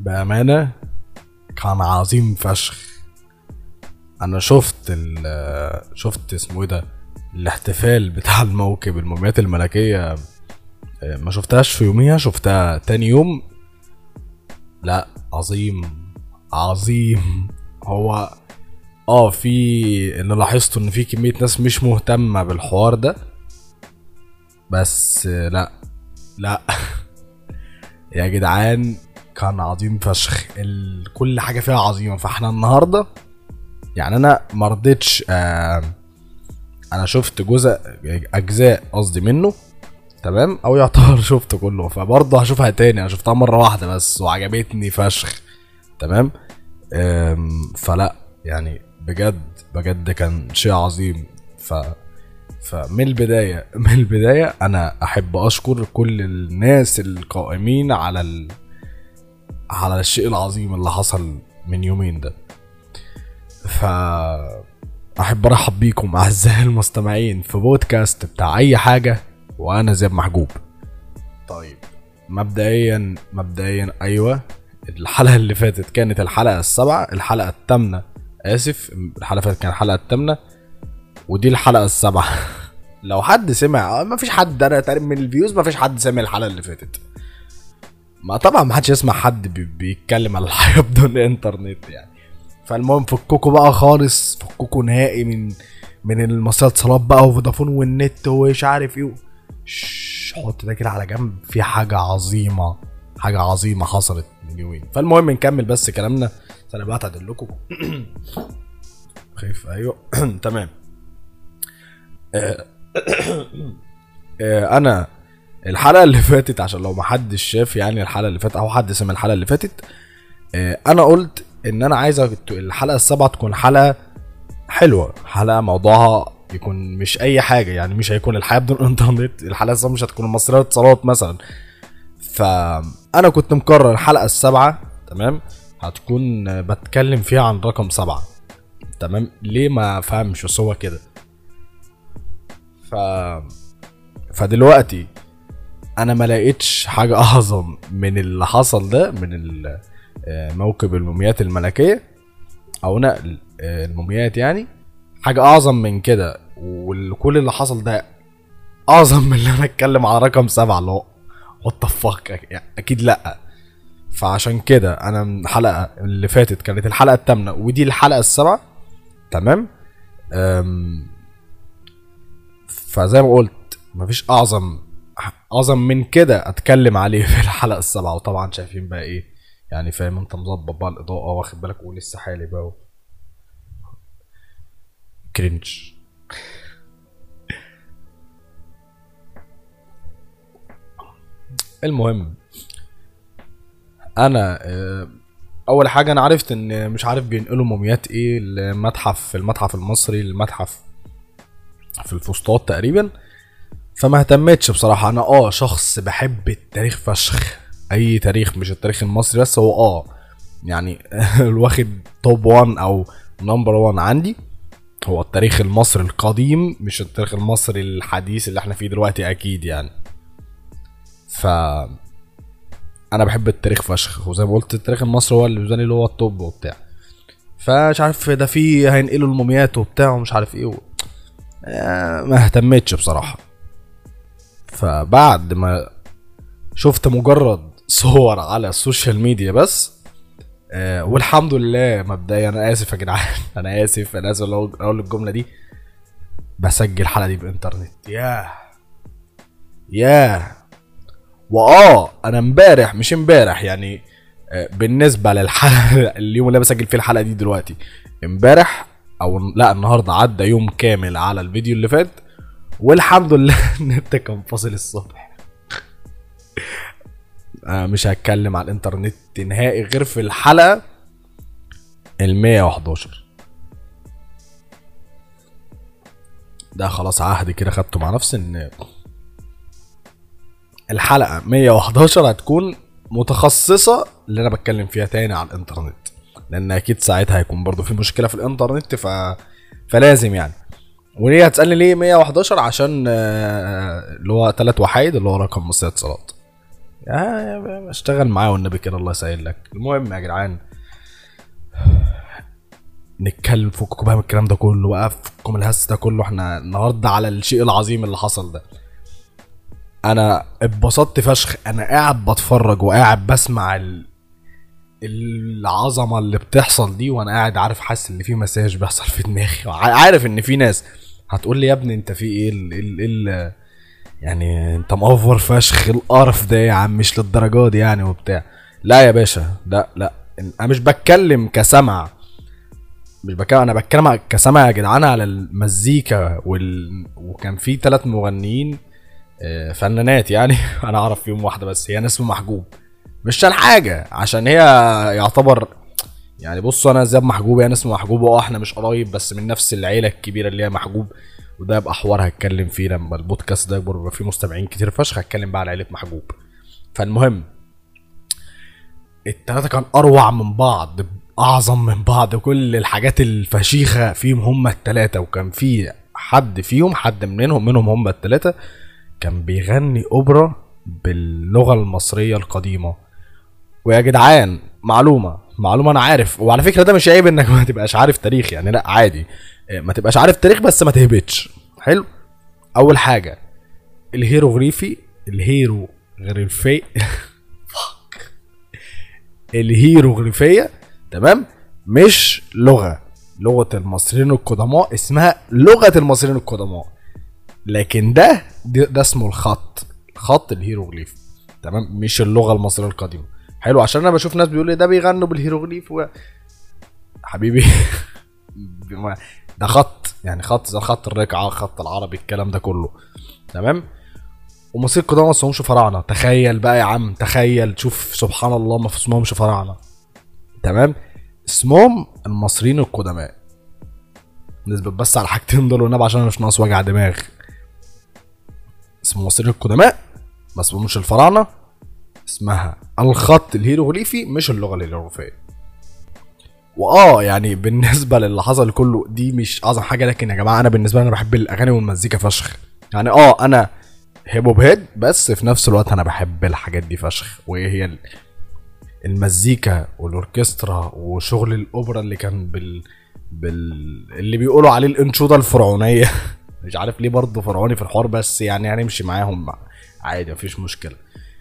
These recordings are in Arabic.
بأمانة كان عظيم فشخ. انا شفت اسمه ايه ده، الاحتفال بتاع الموكب الموميات الملكية. ما شفتهاش في يوميها، شفتها تاني يوم. لا عظيم عظيم. هو في اللي لاحظته ان في كمية ناس مش مهتمة بالحوار ده، بس لا يا جدعان كان عظيم فشخ. كل حاجة فيها عظيمة. فاحنا النهاردة يعني انا مرضتش انا شفت اجزاء قصدي منه، تمام، او يعتبر شفت كله، فبرضه هشوفها تاني. انا شفتها مرة واحدة بس وعجبتني فشخ، تمام. فلا يعني بجد كان شيء عظيم. فمن البداية انا احب اشكر كل الناس القائمين على الشيء العظيم اللي حصل من يومين ده. احب ارحب بيكم اعزائي المستمعين في بودكاست بتاع اي حاجة، وانا زياد محجوب. طيب مبدئيا ايوه، الحلقة اللي فاتت كانت الحلقة السابعة، الحلقة الثامنة اسف، الحلقة اللي فاتت كانت الحلقة الثامنة ودي الحلقة السابعة. لو حد سمع، ما فيش حد، انا تقريبا من الفيوز ما فيش حد سمع الحلقة اللي فاتت. ما طبعا ما حدش يسمع حد بيتكلم على الحياة بدون انترنت يعني. فالمهم فكوكوا بقى خالص، فكوكوا نهائي من المسلسلات بقى وفودافون والنت ومش عارف ايه. حط ده كده على جنب، في حاجة عظيمة حصلت من يومين. فالمهم نكمل بس كلامنا. انا بقى اتعدل لكم خايف. ايوه تمام. انا الحلقة اللي فاتت، عشان لو ما حدش شاف يعني الحلقة اللي فاتت او حد سمع الحلقة اللي فاتت، انا قلت ان انا عايز الحلقة السابعة تكون حلقة حلوة، حلقة موضوعها يكون مش اي حاجة، يعني مش هيكون الحياة بدون انترنت. الحلقة السابعة مش هتكون المصرية اتصالات مثلا. فانا كنت مقرر الحلقة السابعة، تمام، هتكون بتكلم فيها عن رقم 7، تمام. ليه ما فهمش، بس هو كده. فدلوقتي انا ما لقيتش حاجة اعظم من اللي حصل ده، من موكب الموميات الملكية او نقل الموميات، يعني حاجة اعظم من كده. وكل اللي حصل ده اعظم من اللي انا اتكلم على رقم 7 اللي هو what the fuck يعني. اكيد لا. فعشان كده انا الحلقة اللي فاتت كانت الحلقة الثامنة ودي الحلقة السابعة، تمام. فزي ما قلت مفيش اعظم من كده اتكلم عليه في الحلقة السابعة. وطبعا شايفين بقى ايه يعني، فاهم انت، مظبط بقى الاضاءة واخد بالك، ولسه حالي بقى كرنج. المهم انا اول حاجة انا عرفت ان مش عارف بينقلوا موميات ايه في المتحف المصري، المتحف في الفسطاط تقريبا. فما اهتمتش بصراحة. انا شخص بحب التاريخ فشخ، اي تاريخ مش التاريخ المصري بس. هو يعني الواخد توب 1 او نمبر 1 عندي هو التاريخ المصري القديم، مش التاريخ المصري الحديث اللي احنا فيه دلوقتي اكيد يعني. انا بحب التاريخ فشخ، وزي ما قلت التاريخ المصري هو اللي هو التوب وبتاع. فمش عارف ده فيه هينقلوا الموميات وبتاع ومش عارف ايه ما اهتمتش بصراحة. فبعد ما شفت مجرد صور على السوشيال ميديا بس، والحمد لله مبدئيا انا اسف يا جدعان انا اسف لو اقول الجمله دي، بسجل الحلقه دي بانترنت. ياه انا مش امبارح يعني، بالنسبه للحلقه اليوم اللي بسجل فيه الحلقه دي دلوقتي، امبارح او لا النهارده عدى يوم كامل على الفيديو اللي فات، والحمد لله النت كان فاصل الصبح. مش هتكلم على الانترنت نهائي غير في الحلقة 111. ده خلاص عهد كده خدته مع نفسي ان الحلقة 111 هتكون متخصصة اللي انا بتكلم فيها تاني على الانترنت، لان اكيد ساعتها هيكون برضو في مشكلة في الانترنت. فلازم يعني. وليه هتسألني ليه 111؟ عشان اللي هو 3 وحيد اللي هو رقم مصرية اتصالات. اشتغل معاه والنبي كده الله يسهل لك. المهم يا جدعان، نتكلم فككم بقى من الكلام ده كله بقى، فككم الهس ده كله. احنا النهارده على الشيء العظيم اللي حصل ده. انا اتبسطت فشخ، انا قاعد بتفرج وقاعد بسمع العظمه اللي بتحصل دي، وانا قاعد عارف حاسس ان في مساج بيحصل في دماغي، عارف ان في ناس هتقول لي يا ابني انت في ايه يعني انت مأفور فشخ، القرف ده يا عم مش للدرجه دي يعني وبتاع. لا يا باشا، لا انا مش بتكلم كسمع، مش بتكلم، انا بتكلم كسمع يا جدعان على المزيكا وكان في 3 مغنيين فنانات يعني انا اعرف فيهم واحده بس هي ناس محجوب، مش عشان حاجه، عشان هي يعتبر يعني بصوا انا زي محجوب، هي ناس محجوبه، احنا مش قرايب بس من نفس العيله الكبيره اللي هي محجوب، وده يبقى حوار هتكلم فيه لما البودكاست ده يكبر ويبقى فيه مستمعين كتير فشخ، هتكلم بقى على عيله محجوب. فالمهم التلاتة كان اروع من بعض، اعظم من بعض، كل الحاجات الفشيخه فيهم هم التلاتة، وكان في حد فيهم، حد منهم هم التلاتة كان بيغني اوبرا باللغه المصريه القديمه. ويا جدعان معلومه انا عارف، وعلى فكره ده مش عيب انك ما تبقاش عارف تاريخ يعني، لا عادي ما تبقاش عارف تاريخ بس ما تهبطش. حلو. اول حاجه الهيروغليفي الهيروغليفيه تمام، مش لغه المصريين القدماء، اسمها لغه المصريين القدماء، لكن ده اسمه الخط الهيروغليفي تمام، مش اللغه المصريه القديمه. حلو. عشان انا بشوف ناس بيقول لي ده بيغنوا بالهيروغليف حبيبي ده خط يعني، خط زي خط الرقعه، خط العربي، الكلام ده كله تمام. ومصريين القدماء ما اسمهمش فراعنه، تخيل بقى يا عم، تخيل، شوف سبحان الله، ما اسمهمش فراعنه تمام، اسمهم المصريين القدماء. نثبت بس على حاجتين دول والنبي عشان انا مش ناقص وجع دماغ. اسم المصريين القدماء، ما اسمهمش الفراعنه، اسمها الخط الهيروغليفي مش اللغه الهيروغليفيه. يعني بالنسبه للي حصل كله دي مش اعظم حاجه، لكن يا جماعه انا بالنسبه لي انا بحب الاغاني والمزيكا فشخ يعني. انا هيب هوب هيد، بس في نفس الوقت انا بحب الحاجات دي فشخ، وايه هي المزيكا والاوركسترا وشغل الاوبرا اللي كان اللي بيقولوا عليه الانشوده الفرعونيه مش عارف ليه برضه فرعوني في الحوار، بس يعني هنمشي معاهم عادي مفيش مشكله.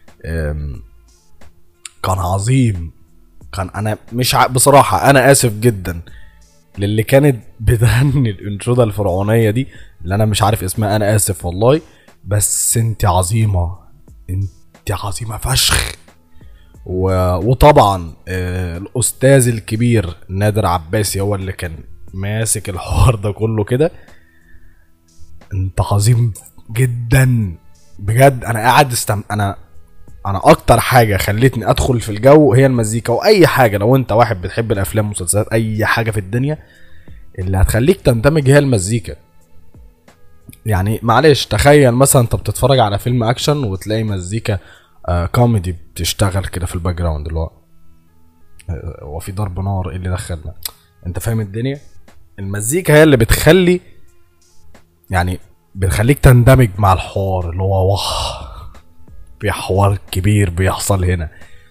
كان عظيم، كان انا مش بصراحه انا اسف جدا للي كانت بتغني الانشوده الفرعونيه دي اللي انا مش عارف اسمها، انا اسف والله، بس انت عظيمه، انت عظيمه فشخ. وطبعا الاستاذ الكبير نادر عباسي هو اللي كان ماسك الحوار ده كله كده. انت عظيم جدا بجد. انا قاعد انا اكتر حاجه خلتني ادخل في الجو هي المزيكا، واي حاجه لو انت واحد بتحب الافلام والمسلسلات، اي حاجه في الدنيا اللي هتخليك تندمج هي المزيكا. يعني معلش تخيل مثلا انت بتتفرج على فيلم اكشن وتلاقي مزيكا كوميدي بتشتغل كده في الباك جراوند، اللي هو في ضرب نار، ايه اللي دخلنا، انت فاهم الدنيا. المزيكا هي اللي بتخلي يعني بتخليك تندمج مع الحوار، اللي هو واه في حوار كبير بيحصل هنا.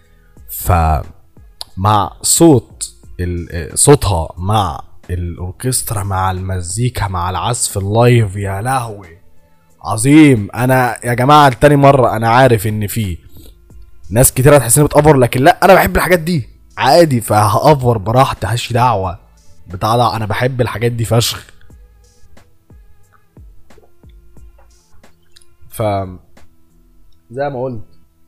فمع صوتها مع الاوركسترا مع المزيكا مع العزف اللايف، يا لهوي عظيم. انا يا جماعه التاني مره انا عارف ان في ناس كتير هتحس اني بتأفور، لكن لا انا بحب الحاجات دي عادي، فهأفور براحتي، هشي دعوه بتاع ده، انا بحب الحاجات دي فشخ. ف زي ما قلت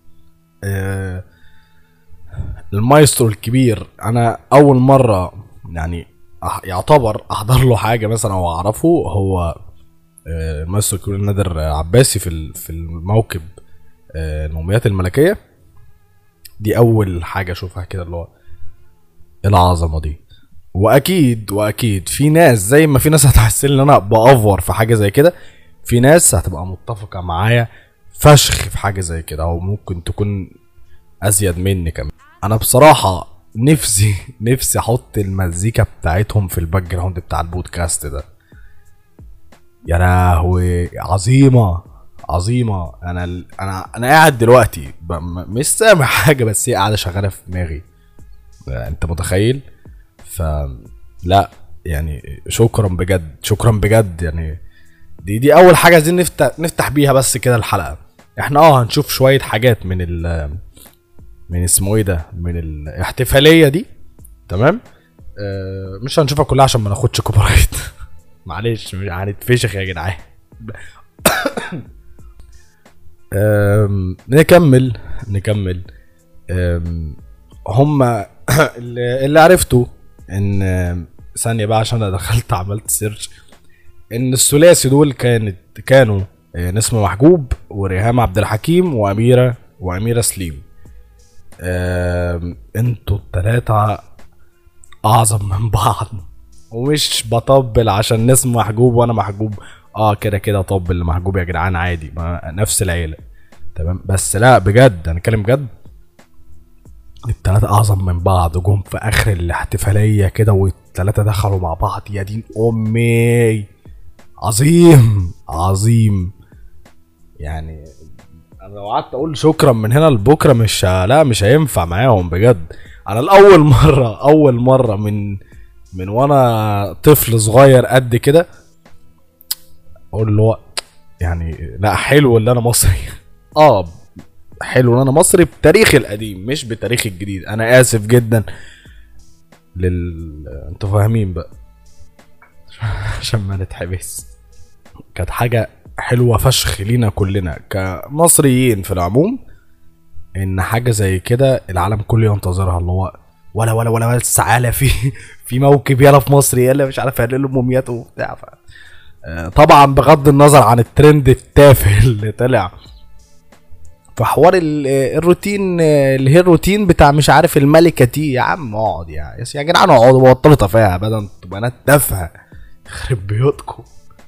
المايسترو الكبير، انا اول مره يعني يعتبر احضر له حاجه مثلا او اعرفه، هو المايسترو الكبير نادر عباسي في الموكب الموميات الملكيه. دي اول حاجه اشوفها كده، اللي هو العظمه دي. واكيد في ناس زي ما في ناس هتحس ان انا بأفور في حاجه زي كده، في ناس هتبقى متفقه معايا فشخ في حاجه زي كده، او ممكن تكون ازيد مني كمان. انا بصراحه نفسي احط المزيكا بتاعتهم في الباك جراوند بتاع البودكاست ده. يا لهوي عظيمه. انا قاعد دلوقتي مش سامع حاجه، بس هي قاعده شغاله في دماغي، انت متخيل؟ فلا يعني شكرا بجد، شكرا بجد يعني. دي اول حاجه عايزين نفتح بيها بس كده الحلقه. احنا هنشوف شويه حاجات من اسمه ايه ده، من الاحتفاليه دي، تمام. مش هنشوفها كلها عشان ما ناخدش كوبي رايت. معلش مش هنتفشخ يا جدعان. نكمل. هما اللي عرفته ان ثانيه بقى عشان انا دخلت عملت سيرش، ان الثلاثي دول كانوا نسمة محجوب وريهام عبد الحكيم واميره سليم. انتوا التلاتة اعظم من بعض، ومش بطبل عشان نسمة محجوب وانا محجوب. كده طبل محجوب يا جدعان عادي، نفس العيله تمام. بس لا بجد انا اتكلم بجد، التلاتة اعظم من بعض. جم في اخر الاحتفاليه كده والتلاتة دخلوا مع بعض، يا دين امي عظيم يعني. انا لو قعدت اقول شكرا من هنا لبكره مش هينفع معاهم بجد. انا اول مره من وانا طفل صغير قد كده اقول له يعني لا حلو اللي انا مصري. حلو ان انا مصري بتاريخ القديم مش بتاريخ الجديد. انا اسف جدا انتوا فاهمين بقى. عشان ما نتحبس. كانت حاجه حلوه فشخ لينا كلنا كمصريين في العموم، ان حاجه زي كده العالم كله ينتظرها، اللي هو ولا السعاله في موكب يلا في مصر يلا مش عارف يعملوا موميات وبتاع. طبعا بغض النظر عن الترند التافه اللي طلع في حوار الروتين، اللي هي الروتين بتاع مش عارف الملكه دي. يا عم اقعد يا جدعان اقعدوا بطلوا تفاهه بدل تبقى بنات تافهه يخرب بيوتكم.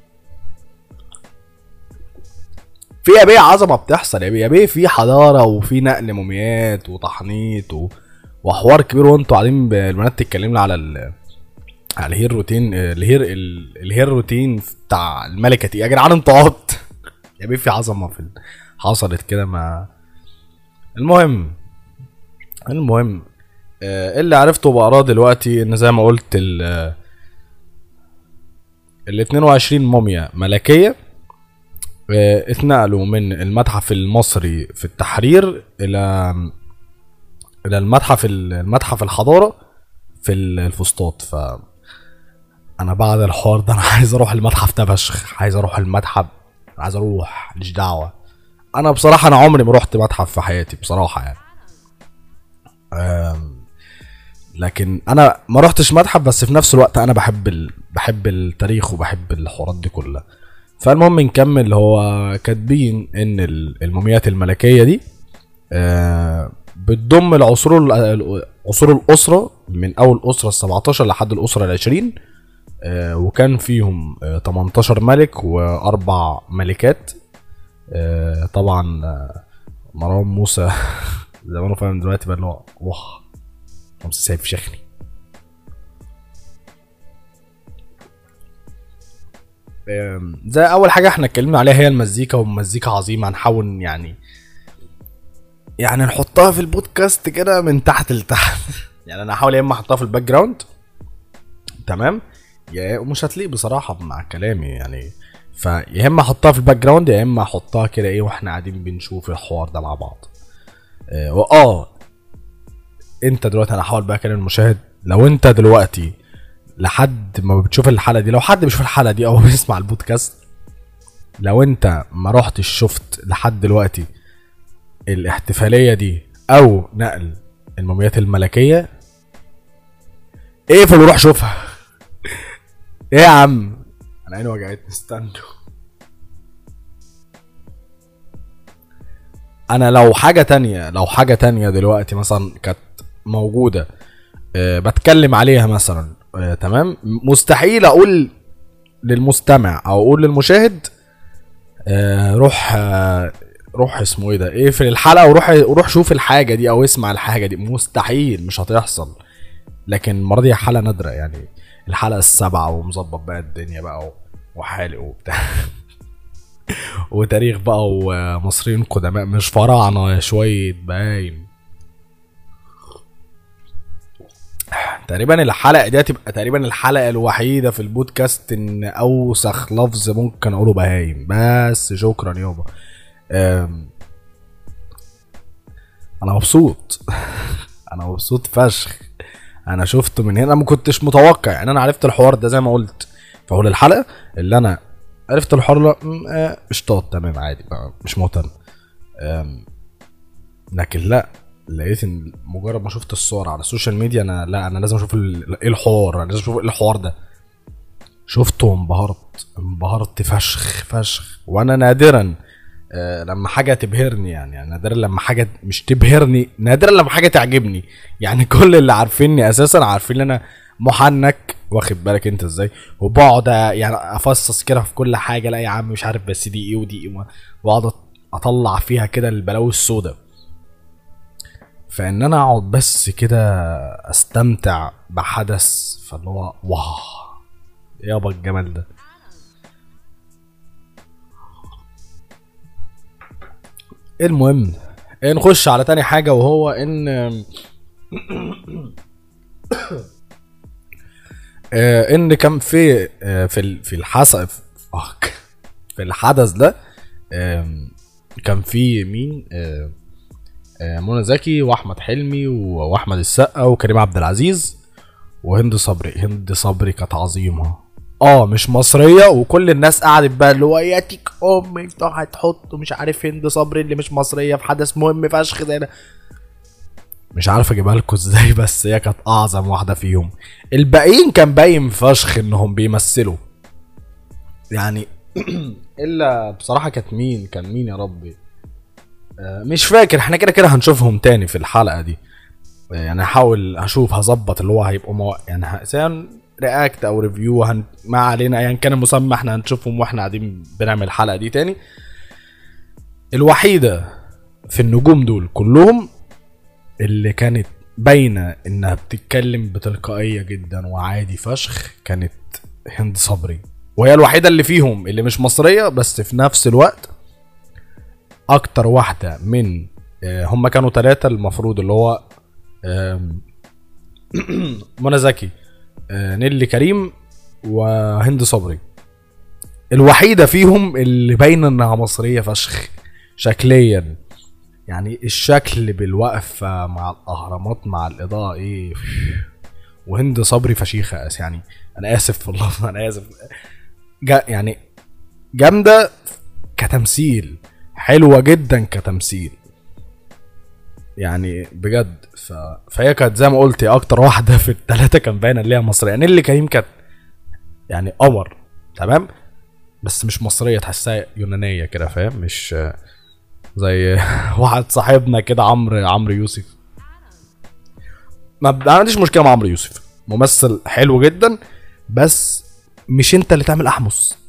في يا بيه عظمه بتحصل يا بيه في حضاره وفي نقل موميات وتحنيط وحوار كبير، وانتوا قاعدين البنات تتكلمنا على الهير الروتين الهير روتين بتاع الملكه دي. يا جدعان انتوا عبط يا بيه في عظمه حصلت كده. ما المهم اللي عرفته بقراه دلوقتي ان زي ما قلت ال 22 موميا ملكيه اتنقلوا من المتحف المصري في التحرير الى المتحف الحضاره في الفسطاط. انا بعد الحوار ده انا عايز اروح المتحف ده فشخ، عايز اروح المتحف، عايز اروح ماليش دعوه. انا بصراحه انا عمري ما رحت متحف في حياتي بصراحه يعني. لكن انا ما رحتش متحف، بس في نفس الوقت انا بحب التاريخ وبحب الحوارات دي كلها. فالمهم نكمل. هو كاتبين ان الموميات الملكيه دي بتضم عصور الاسره من اول الاسره ال17 لحد الاسره ال20، وكان فيهم 18 ملك و4 ملكات. طبعا مروان موسى زمانه فاهم دلوقتي بقى اللي هو رمسيس سيف شيخني. زي اول حاجه احنا اتكلمنا عليها هي المزيكا، والمزيكا عظيمه. هنحاول يعني نحطها في البودكاست كده من تحت لتحت. يعني انا هحاول يا اما احطها في الباك جراوند تمام، يا مش هتليق بصراحه مع كلامي يعني. فيا اما احطها في الباك جراوند يا اما احطها كده واحنا قاعدين بنشوف الحوار ده مع بعض. انت دلوقتي انا هحاول بقى اكلم المشاهد. لو انت دلوقتي لحد ما بتشوف الحلقه دي، لو حد بيشوف الحلقه دي او بيسمع البودكاست، لو انت ما رحتش شفت لحد دلوقتي الاحتفاليه دي او نقل الموميات الملكيه، اقفل وروح شوفها. ايه يا عم انا عيني وجعتني، استنوا. انا لو حاجه تانية دلوقتي مثلا كانت موجوده بتكلم عليها مثلا تمام، مستحيل اقول للمستمع او اقول للمشاهد روح اسمه ايه ده اقفل الحلقه وروح شوف الحاجه دي او اسمع الحاجه دي. مستحيل، مش هتحصل. لكن المره دي حلقه نادره يعني، الحلقه ال7 ومظبط بقى الدنيا بقى وحالق وبتاع. وتاريخ بقى ومصريين قدماء مش فراعنه شويه باين. تقريبا الحلقه دي هتبقى تقريبا الحلقه الوحيده في البودكاست ان اوسخ لفظ ممكن اقوله بهايم. بس شكرا يابا. انا مبسوط. انا مبسوط فشخ. انا شفته من هنا ما كنتش متوقع، يعني انا عرفت الحوار ده زي ما قلت في اول الحلقه اللي انا عرفت الحوار. لا قشطات تمام عادي مش مهتم. لكن لا، لقيت ان مجرد ما شفت الصور على السوشيال ميديا انا لازم اشوف ايه الحوار، انا لازم اشوف ايه الحوار ده. شفته انبهرت فشخ. وانا نادرا لما حاجه تبهرني، يعني نادرا لما حاجه مش تبهرني، نادرا لما حاجه تعجبني. يعني كل اللي عارفيني اساسا عارفين ان انا محنك، واخد بالك انت ازاي، وبقعد يعني افصص كده في كل حاجه. لا يا عم مش عارف بس دي ايه ودي ايه، واقعد اطلع فيها كده البلاوي السوداء. فان انا اقعد بس كده استمتع بحدث، فاللي هو واو يابا الجمال ده. المهم نخش على تاني حاجة، وهو ان كان في الحدث ده كان في مين؟ منى زكي واحمد حلمي واحمد السقا وكريم عبد العزيز وهند صبري. هند صبري كانت عظيمه، مش مصريه، وكل الناس قعدت بقى اللي هو ياتيك امي هتحط مش عارف هند صبري اللي مش مصريه في حدث مهم فشخ زي ده. مش عارف اجيبها لكم ازاي، بس هي كانت اعظم واحده فيهم. الباقيين كان باين فشخ انهم بيمثلوا يعني. الا بصراحه كان مين يا ربي مش فاكر. احنا كده هنشوفهم تاني في الحلقه دي، يعني هحاول هظبط اللي هو هيبقوا يعني سواء رياكت او ريفيو ما علينا يعني كان المسمى، احنا هنشوفهم واحنا قاعدين بنعمل الحلقه دي تاني. الوحيده في النجوم دول كلهم اللي كانت باينه انها بتتكلم بتلقائيه جدا وعادي فشخ كانت هند صبري، وهي الوحيده اللي فيهم اللي مش مصريه، بس في نفس الوقت اكتر واحده من هم كانوا 3 المفروض اللي هو منى زكي نيللي كريم وهند صبري. الوحيده فيهم اللي باينه انها مصريه فشخ شكليا، يعني الشكل بالوقفه مع الاهرامات مع الاضاءه ايه. وهند صبري فشيخه يعني انا اسف في اللفظ، انا اسف يعني جامده كتمثيل، حلوه جدا كتمثيل يعني بجد. فهي كانت زي ما قلت اكتر واحده في ال3 كان باينه اللي هي مصريه. يعني اللي كريم كانت يعني قمر تمام، بس مش مصريه، تحسها يونانيه كده فاهم، مش زي واحد صاحبنا كده عمرو يوسف. ما عنديش مشكله مع عمرو يوسف، ممثل حلو جدا، بس مش انت اللي تعمل احمس.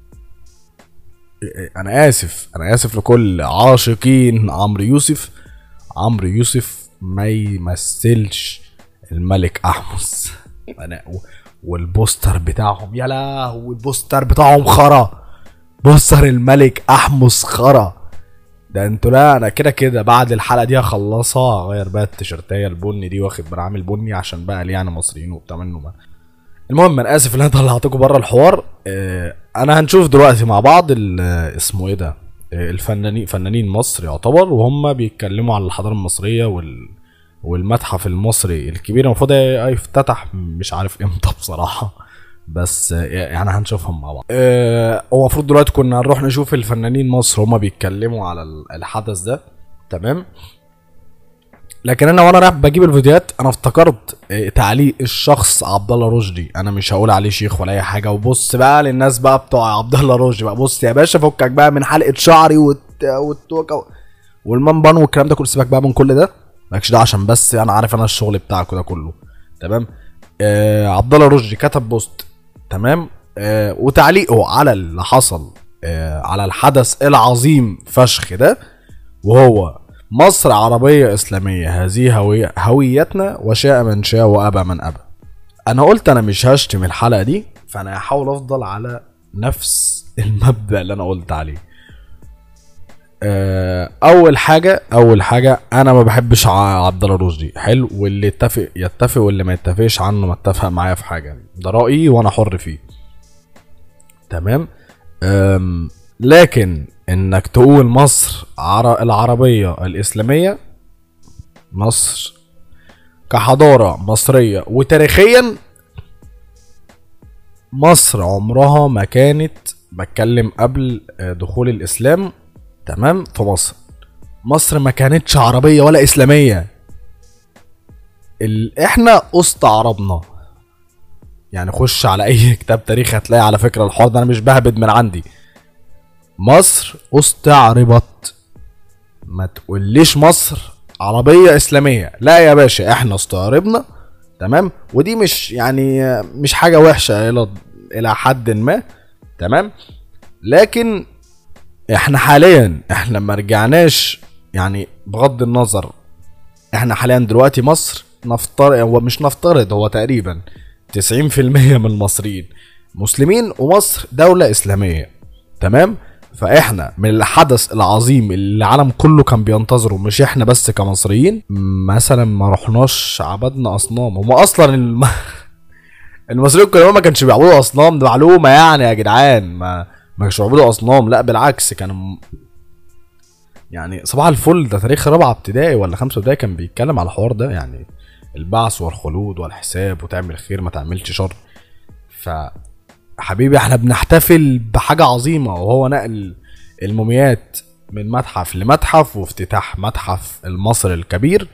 انا اسف لكل عاشقين عمرو يوسف. عمرو يوسف ما يمثلش الملك احمس. والبوستر بتاعهم يا لهوي، البوستر بتاعهم خرا، بوستر الملك احمس خرا ده. انتوا لا انا كده بعد الحلقه دي هخلصها اغير بقى التيشيرتايه البني دي، واخد بعمل بني عشان بقى ليه يعني مصريين وبتاع منه ما. المهم انا اسف ان انا طلعتكم بره الحوار. انا هنشوف دلوقتي مع بعض اسمه ايه ده، فنانين مصر يعتبر، وهم بيتكلموا عن الحضاره المصريه والمتحف المصري الكبير. المفروض يفتتح مش عارف امتى بصراحه، بس يعني هنشوفهم مع بعض. هو المفروض دلوقتي كنا هنروح نشوف الفنانين مصر هما بيتكلموا على الحدث ده تمام. لكن انا وانا رايح بجيب الفيديوهات انا افتكرت تعليق الشخص عبد الله رشدي. انا مش هقول عليه شيخ ولا اي حاجه، وبص بقى للناس بقى بتوع عبد الله رشدي بقى، بص يا باشا فكك بقى من حلقه شعري والتوكه والمنبن والكلام ده كله، سيبك بقى من كل ده مالكش ده، عشان بس انا عارف انا الشغل بتاعك ده كله تمام. عبد الله رشدي كتب بوست تمام، وتعليقه على اللي حصل على الحدث العظيم فشخ ده، وهو مصر عربية إسلامية، هذه هويتنا وشاء من شاء وأبى من أبى. أنا قلت أنا مش هشتم الحلقة دي، فأنا هحاول أفضل على نفس المبدأ اللي أنا قلت عليه. اول حاجه انا ما بحبش عبد الله رشدي. حلو، واللي يتفق يتفق واللي ما يتفقش عنه ما اتفق معايا في حاجه، ده رايي وانا حر فيه. تمام. لكن انك تقول مصر العربيه الاسلاميه، مصر كحضاره مصريه وتاريخيا، مصر عمرها ما كانت، بتكلم قبل دخول الاسلام، تمام، في مصر ما كانتش عربيه ولا اسلاميه. احنا استعربنا. يعني خش على اي كتاب تاريخ هتلاقي على فكره الحوار ده، انا مش بهبد من عندي. مصر استعربت. ما تقوليش مصر عربيه اسلاميه، لا يا باشا، احنا استعربنا. تمام. ودي مش يعني مش حاجه وحشه الى حد ما. تمام. لكن احنا حاليا احنا ما رجعناش، يعني بغض النظر، احنا حاليا دلوقتي مصر نفترض، هو مش نفترض، هو تقريبا 90% من المصريين مسلمين، ومصر دولة اسلامية. تمام. فاحنا من الحدث العظيم اللي العالم كله كان بينتظره، مش احنا بس كمصريين، مثلا ما رحناش عبدنا اصنام. هم اصلا المصريين كلهم ما كانش بيعبدوا اصنام، ده معلومة يعني يا جدعان، ما كانش بيعبدوا اصنام، لا بالعكس، كانوا يعني صباح الفل، ده تاريخ رابعه ابتدائي ولا 5 ابتدائي كان بيتكلم على الحوار ده، يعني البعث والخلود والحساب، وتعمل خير ما تعملش شر. فحبيبي احنا بنحتفل بحاجه عظيمه، وهو نقل الموميات من متحف لمتحف، وافتتاح متحف المصري الكبير،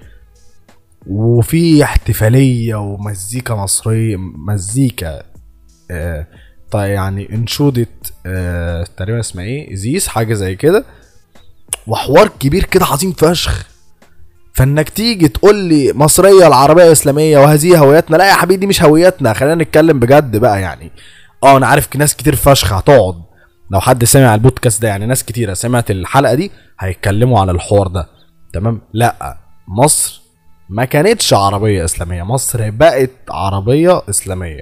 وفي احتفاليه ومزيكا مصريه، مزيكا طيب يعني انشودة تقريبا اسمها ايه، زيس، حاجه زي كده، وحوار كبير كده عظيم فشخ. فانك تيجي تقول لي مصريه العربيه اسلاميه وهذه هويتنا، لا يا حبيبي، دي مش هويتنا، خلينا نتكلم بجد بقى. يعني انا عارف ناس كتير فشخ هتقعد، لو حد سمع البودكاست ده، يعني ناس كتيره سمعت الحلقه دي هيتكلموا على الحوار ده. تمام. لا، مصر ما كانتش عربيه اسلاميه، مصر بقت عربيه اسلاميه.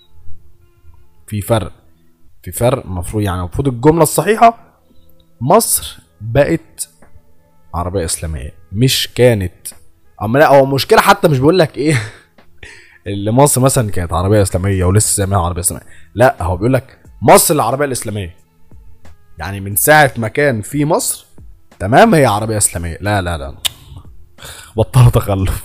في فرق المفروض، يعني المفروض الجمله الصحيحه مصر بقت عربيه اسلاميه، مش كانت. اما لا، هو مشكله حتى مش بيقول لك ايه اللي مصر مثلا كانت عربيه اسلاميه ولسه زي ما هي عربيه اسلاميه، لا، هو بيقول لك مصر العربيه الاسلاميه، يعني من ساعه ما كان في مصر، تمام، هي عربيه اسلاميه. لا لا لا، بطلوا تخلف.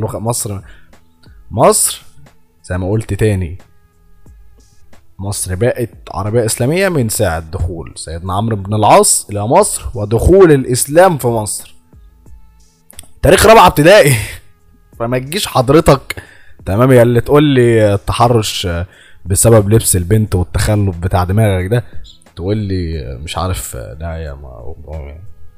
مصر زي ما قلت تاني، مصر بقت عربية إسلامية من ساعة دخول سيدنا عمرو بن العاص إلى مصر ودخول الإسلام في مصر. تاريخ رابعة ابتدائي. فما تجيش حضرتك، تمام، يا اللي تقول لي التحرش بسبب لبس البنت والتخلف بتاع دماغك ده، تقول لي مش عارف، لا يا ما.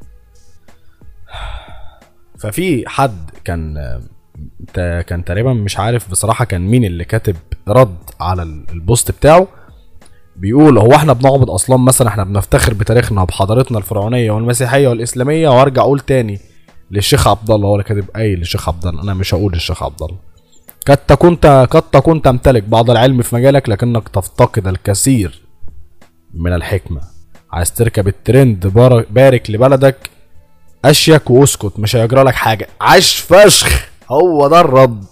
ففي حد كان تقريبا، مش عارف بصراحة كان مين اللي كاتب رد على البوست بتاعه، بيقول هو احنا بنعبد اصنام مثلا؟ احنا بنفتخر بتاريخنا وبحضارتنا الفرعونيه والمسيحيه والاسلاميه. وارجع اقول تاني للشيخ عبد الله، هو اللي كاتب للشيخ عبد الله، انا مش هقول للشيخ عبد الله. قد تكون تمتلك بعض العلم في مجالك، لكنك تفتقد الكثير من الحكمه. عايز تركب الترند، بارك لبلدك، اشيك واسكت، مش هيجرى لك حاجه. عاش فشخ، هو ده الرد.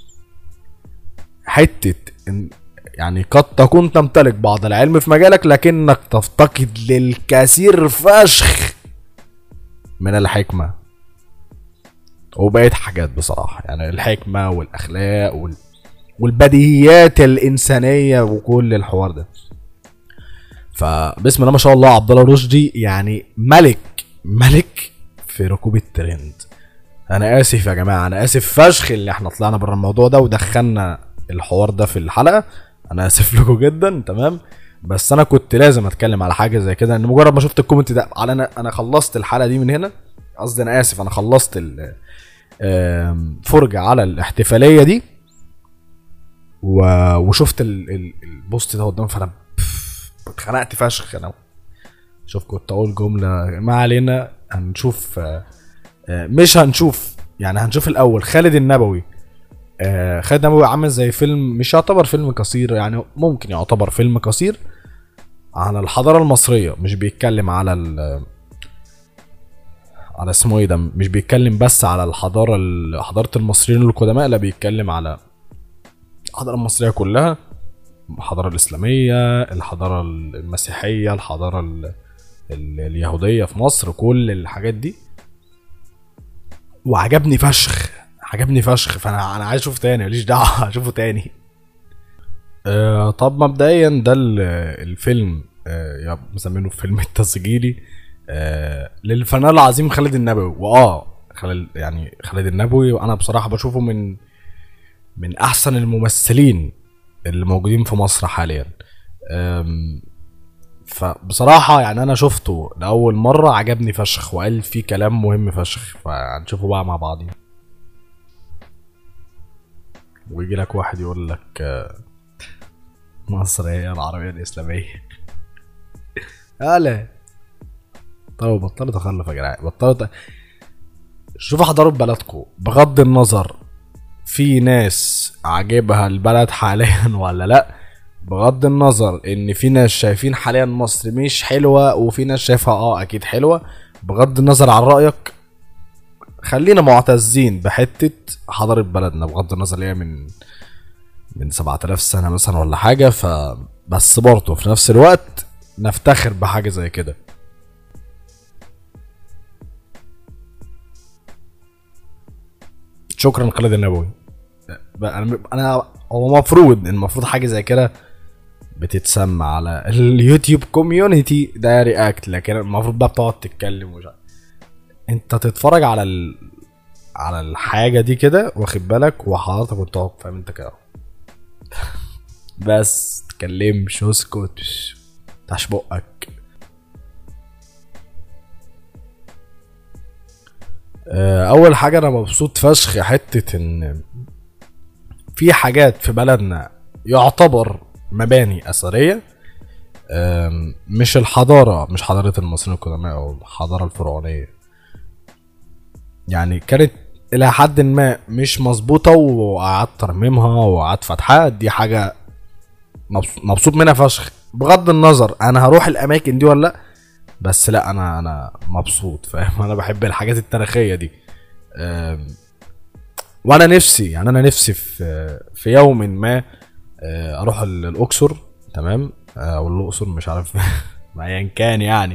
حته يعني قد تكون تمتلك بعض العلم في مجالك، لكنك تفتقد للكثير فشخ من الحكمة وبقيت حاجات بصراحة، يعني الحكمة والأخلاق والبديهيات الإنسانية وكل الحوار ده. فبسم الله ما شاء الله، عبد الله رشدي يعني ملك في ركوب الترند. أنا آسف يا جماعة، أنا آسف فشخ اللي احنا طلعنا بره الموضوع ده ودخلنا الحوار ده في الحلقة، انا اسف لكم جدا. تمام. بس انا كنت لازم اتكلم على حاجه زي كده، ان مجرد ما شفت الكومنت ده على انا خلصت الحلقه دي من هنا، قصدي انا اسف، انا خلصت فرجه على الاحتفاليه دي وشفت البوست ده قدامي، فانا اتخنقت فشخ. انا شوف كنت اقول جمله، ما علينا، هنشوف، مش هنشوف، يعني هنشوف الاول خالد النبوي. خالد النبوي عامل زي فيلم، مش يعتبر فيلم قصير، يعني ممكن يعتبر فيلم قصير على الحضاره المصريه، مش بيتكلم على على اسمه ايه ده، مش بيتكلم بس على حضاره المصريين القدماء، لا بيتكلم على الحضاره المصريه كلها، الحضاره الاسلاميه، الحضاره المسيحيه، الحضاره اليهوديه في مصر، كل الحاجات دي. وعجبني فشخ، عجبني فشخ، فانا عايز اشوف تاني، ماليش دعوه اشوفه تاني. طب مبدئيا ده الفيلم مسمينه فيلم التسجيلي للفنان العظيم خالد النبوي. خالد النبوي، وانا بصراحه بشوفه من احسن الممثلين اللي موجودين في مصر حاليا. فبصراحة يعني انا شفته لأول مرة عجبني فشخ، وقال فيه كلام مهم فشخ، فهنشوفه بقى مع بعضين. ويجي لك واحد يقول لك مصر هي العربية الإسلامية. هلا طب بطلوا تخلف يا جدعان، بطلوا شوفوا حضارة بلدكم. بغض النظر في ناس عاجبها البلد حاليا ولا لا، بغض النظر ان في ناس شايفين حاليا مصر مش حلوة وفي ناس شايفها اكيد حلوة، بغض النظر عن رأيك خلينا معتزين بحتة حضارة بلدنا، بغض النظر اللي هي من 7000 سنة مثلا ولا حاجة. بس برضه في نفس الوقت نفتخر بحاجة زي كده. شكرا خالد النبوي. انا هو المفروض حاجة زي كده بتتسمى على اليوتيوب كوميونيتي ده رياكت، لكن المفروض بقى بتقعد تتكلم انت تتفرج على الحاجة دي كده، واخد بالك، وحضرتك وتقعد فاهم انت كده بس تكلمش، اسكت، تاش بقك. اول حاجة انا مبسوط فشخ حتة ان في حاجات في بلدنا يعتبر مباني اثرية، مش حضارة المصريين القدماء او الحضارة الفرعونية، يعني كانت الى حد ما مش مظبوطة، وقعدت ترميمها وقعدت فتحها. دي حاجة مبسوط منها فشخ، بغض النظر انا هروح الاماكن دي ولا لا، بس لا انا مبسوط، فاهم. انا بحب الحاجات التاريخية دي. وانا نفسي يعني في يوم ما اروح الاقصر، تمام، او الاقصر مش عارف ما ايا كان يعني.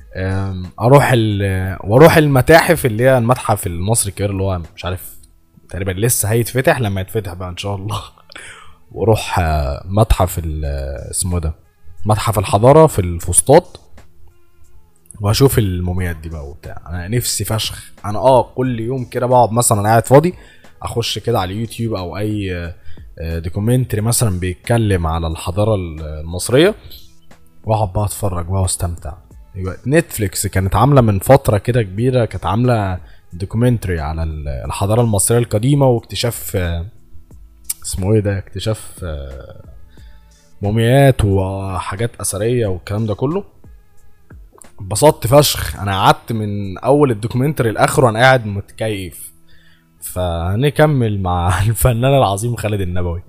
واروح المتاحف اللي هي المتحف المصري الكبير اللي هو مش عارف تقريبا لسه هيتفتح، لما يتفتح بقى ان شاء الله واروح متحف اسمه ده متحف الحضارة في الفسطاط، واشوف الموميات دي بقى وبتاع. انا نفسي فشخ، انا كل يوم كده بقعد مثلا قاعد فاضي اخش كده على اليوتيوب او اي دوكيومنتري مثلا بيتكلم على الحضارة المصرية، واقعد بقى اتفرج بقى واستمتع. نتفليكس كانت عاملة من فترة كده كبيرة، كانت عاملة دوكيومنتري على الحضارة المصرية القديمة، واكتشاف اسمه ايه ده، اكتشاف موميات وحاجات اثرية والكلام ده كله. اتبسطت فشخ، انا قعدت من اول الدوكيومنتري لاخره وانا قاعد متكيف. فنكمل مع الفنان العظيم خالد النبوي.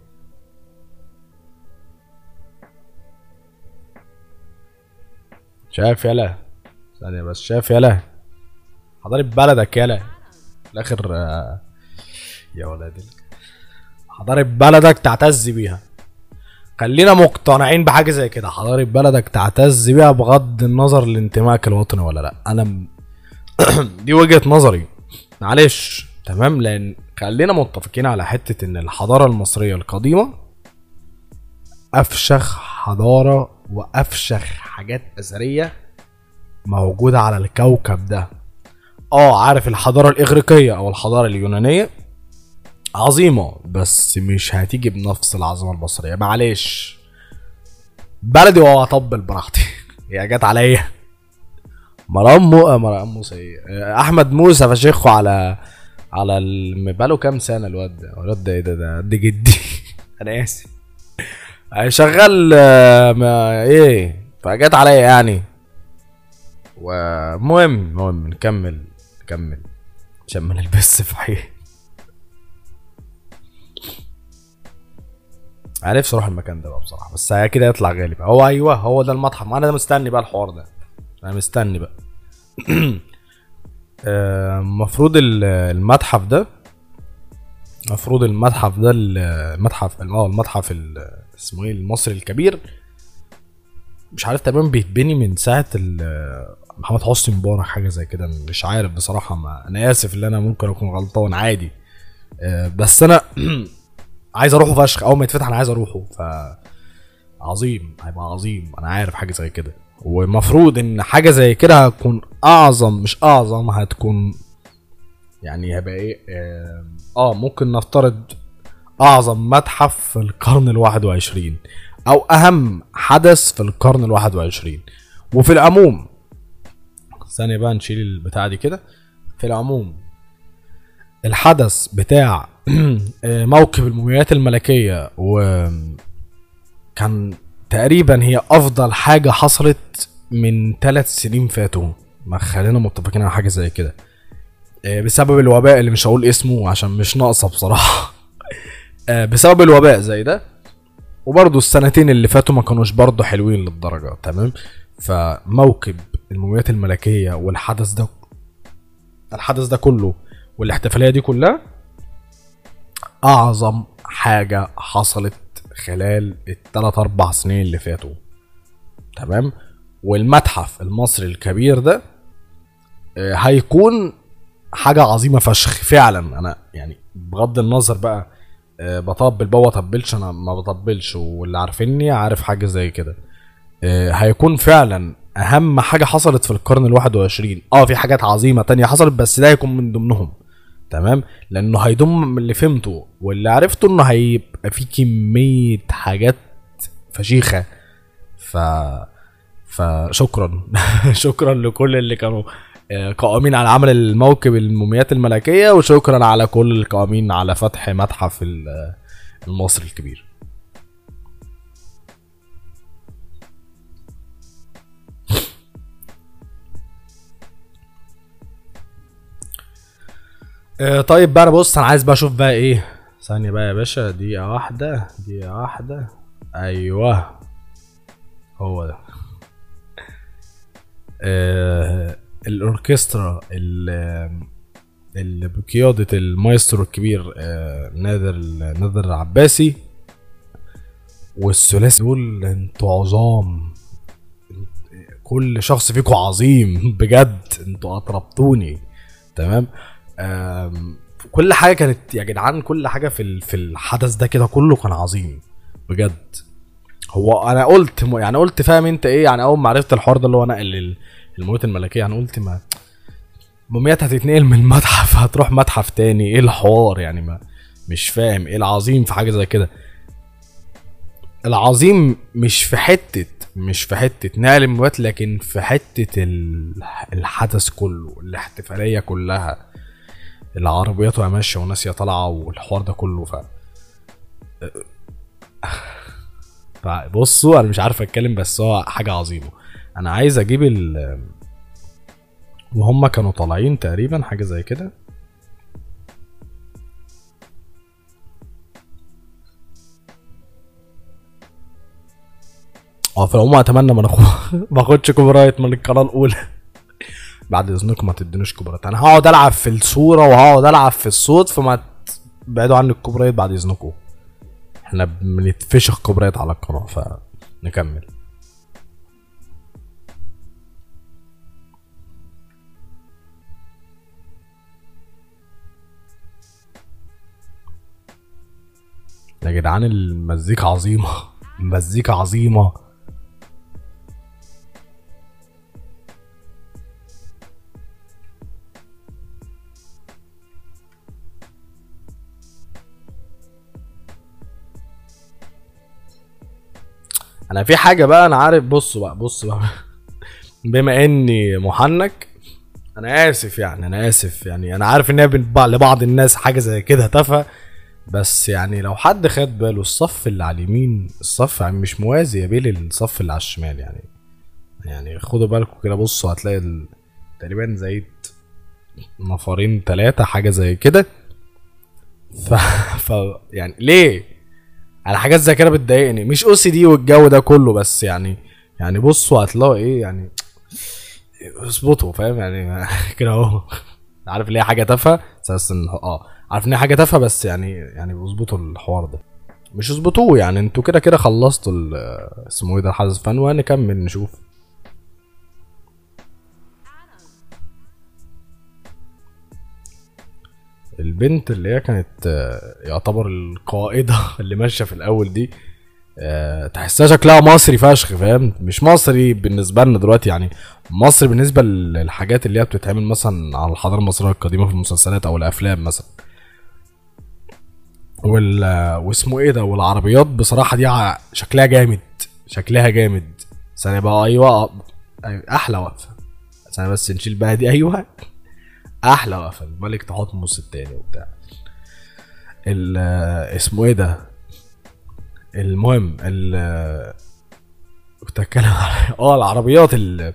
شايف يلا ثانية بس، شايف يلا حضارة بلدك يلا الاخر يا ولاد حضارة بلدك تعتز بيها، خلينا مقتنعين بحاجة زي كده. حضارة بلدك تعتز بيها بغض النظر لانتمائك الوطني ولا لا. انا دي وجهة نظري، معلش، تمام، لان خلينا متفقين على حتة ان الحضارة المصرية القديمة افشخ حضارة وافشخ حاجات اثرية موجودة على الكوكب ده. عارف الحضارة الاغريقية او الحضارة اليونانية عظيمة، بس مش هتيجي بنفس العظمة المصرية، معلش، بلدي وهطبل براحتي يا جت عليا. مروان موسى احمد موسى فشخه على بقاله كام سنة الواد ده ايه ده قد جدي انا اسف، شغال ايه، فجت عليا يعني. ومهم نكمل عشان ما نلبس في حي. انا نفسي اروح المكان ده بقى بصراحه، بس كده يطلع غالي بقى. هو ده المتحف، انا ده مستني بقى الحوار ده، انا مستني بقى المفروض المتحف ده، المفروض المتحف اسمه ايه، المصري الكبير. مش عارف تقريبا بيتبني من ساعة محمد حسني مبارك، حاجة زي كده. مش عارف بصراحة، ما انا اسف اللي انا ممكن اكون غلطان عادي. بس انا عايز اروحه فشخ. اول ما يتفتح انا عايز اروحه. عظيم، هيبقى عظيم. انا عارف حاجة زي كده، ومفروض ان حاجة زي كده هتكون اعظم، مش اعظم، هتكون يعني هيبقى ايه، ممكن نفترض اعظم متحف في القرن ال21، او اهم حدث في القرن ال21. وفي العموم، ثانية بقى نشيل البتاع دي كده. في العموم الحدث بتاع موكب المومياوات الملكية، وكان تقريبا هي افضل حاجة حصلت من 3 سنين فاتوا. ما خلينا متفقين على حاجة زي كده، بسبب الوباء اللي مش هقول اسمه عشان مش ناقصة بصراحة. بسبب الوباء زي ده. وبرضو السنتين اللي فاتوا ما كانوش برضو حلوين للدرجة. تمام. فموكب المومياوات الملكية والحدث ده، الحدث ده كله والاحتفالية دي كلها اعظم حاجة حصلت خلال ال3-4 سنين اللي فاتوا. تمام. والمتحف المصري الكبير ده هيكون حاجة عظيمة فشخ فعلا. انا يعني بغض النظر بقى بطبل بقى وطبلش، انا ما بطبلش، واللي عارفيني عارف حاجة زي كده. هيكون فعلا اهم حاجة حصلت في القرن ال21. في حاجات عظيمة تانية حصلت، بس ده هيكون من ضمنهم. تمام. لانه هيضم من اللي فهمته واللي عرفته انه هيبقى في كمية حاجات فشيخة. فشكرا. شكرا لكل اللي كانوا قائمين على عمل الموكب المومياوات الملكية، وشكرا على كل القائمين على فتح متحف المصري الكبير. طيب بقى، انا بص، انا عايز بقى اشوف بقى ايه. ثانية بقى يا باشا، دقيقة واحدة. ايوه، هو ده. الاوركسترا اللي بقيادة المايسترو الكبير نادر العباسي، والثلاثي دول انتوا عظام. كل شخص فيكم عظيم بجد، انتوا اطربتوني. تمام. كل حاجة كانت يا جدعان، كل حاجة في الحدث ده كده كله كان عظيم بجد. هو انا قلت فاهم انت ايه يعني. اول ما عرفت الحوار ده اللي هو نقل المومياوات الملكية، يعني قلت ما موميات هتتنقل من متحف هتروح متحف تاني، ايه الحوار يعني؟ ما مش فاهم ايه العظيم في حاجة زي كده. العظيم مش في حتة نقل المومياوات، لكن في حتة الحدث كله، الاحتفالية كلها، العربيات وهي ماشية وناس يا طالعة، والحوار ده كله. فبصوا، انا مش عارف اتكلم، بس هو حاجة عظيمة. انا عايز اجيب وهم كانوا طالعين تقريبا حاجة زي كده. في العموم اتمنى ما اخدش كوبرايت من القناة الاولى. بعد اذنكم ما تدينوش كوبرايت. انا هقعد العب في الصورة وهقعد العب في الصوت، فما تبعدوا عن الكوبرايت بعد اذنكم. احنا بنتفشخ كوبرايت على القناة. فنكمل. يا جدعان المزيكا عظيمة. المزيكا عظيمة. انا في حاجة بقى انا عارف. بص بقى. بما اني محنك، انا اسف يعني انا عارف ان هي لبعض الناس حاجة زي كده تافهة، بس يعني لو حد خد باله، الصف اللي على اليمين، الصف يعني مش موازي يا بيه للصف اللي على الشمال. يعني خدوا بالكم كده. بصوا هتلاقي تقريبا زي نفرين 3 حاجة زي كده. يعني ليه؟ على حاجات زي كده بتضايقني. مش OCD والجو ده كله، بس يعني بصوا هتلاقوا ايه يعني، اظبطوا، فاهم يعني. كده اهو. عارف اللي هي حاجه تافهه اساس ان عارف ان هي حاجه تافهه، بس يعني بيظبطوا الحوار ده. مش يظبطوه يعني، انتوا كده كده خلصتوا اسمه ايه ده الحدث فن، وهنكمل نشوف. البنت اللي هي كانت يعتبر القائده اللي ماشيه في الاول دي، تحسها شكلها مصري فشخ، فاهم؟ مش مصري بالنسبه لنا دلوقتي يعني، مصري بالنسبه للحاجات اللي هي بتتعمل مثلا على الحضاره المصريه القديمه في المسلسلات او الافلام مثلا. واسمه ايه ده، والعربيات بصراحه دي شكلها جامد، شكلها جامد. ثانيه بقى، ايوه احلى وقفه. ثانيه بس نشيل بقى دي، ايوه احلى وقفه الملك تحتمس التاني وبتاع. اسمه ايه ده، المهم بتتكلم على العربيات اللي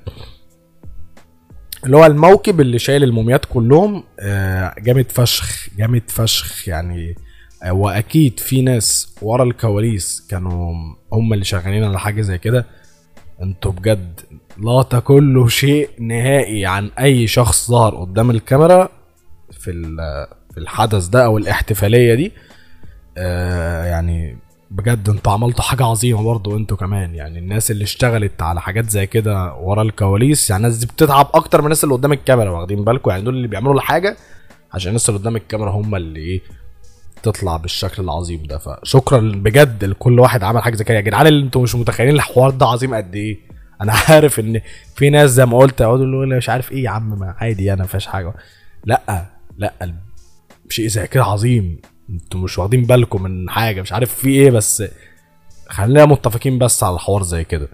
هو الموكب اللي شايل الموميات كلهم، جامد فشخ جامد فشخ يعني. واكيد في ناس ورا الكواليس كانوا هم اللي شغالين على حاجه زي كده. انتوا بجد لا تقولوا شيء نهائي عن اي شخص ظهر قدام الكاميرا في الحدث ده او الاحتفاليه دي. يعني بجد انتوا عملتوا حاجه عظيمه برضو انتوا كمان، يعني الناس اللي اشتغلت على حاجات زي كده ورا الكواليس، يعني الناس دي بتتعب اكتر من الناس اللي قدام الكاميرا، واخدين بالكم؟ يعني دول اللي بيعملوا الحاجه عشان الناس اللي قدام الكاميرا هم اللي ايه تطلع بالشكل العظيم ده. فشكرا بجد لكل واحد عمل حاجه زي كده. يا جدعان اللي انتوا مش متخيلين الحوار ده عظيم قد ايه. انا عارف ان في ناس زي ما قلت يقعدوا يقولوا مش عارف ايه، يا عم ما عادي انا ما فيهاش حاجه. لا شيء زي كده عظيم، انتوا مش واخدين بالكم من حاجه، مش عارف في ايه، بس خلينا متفقين بس على الحوار زي كده.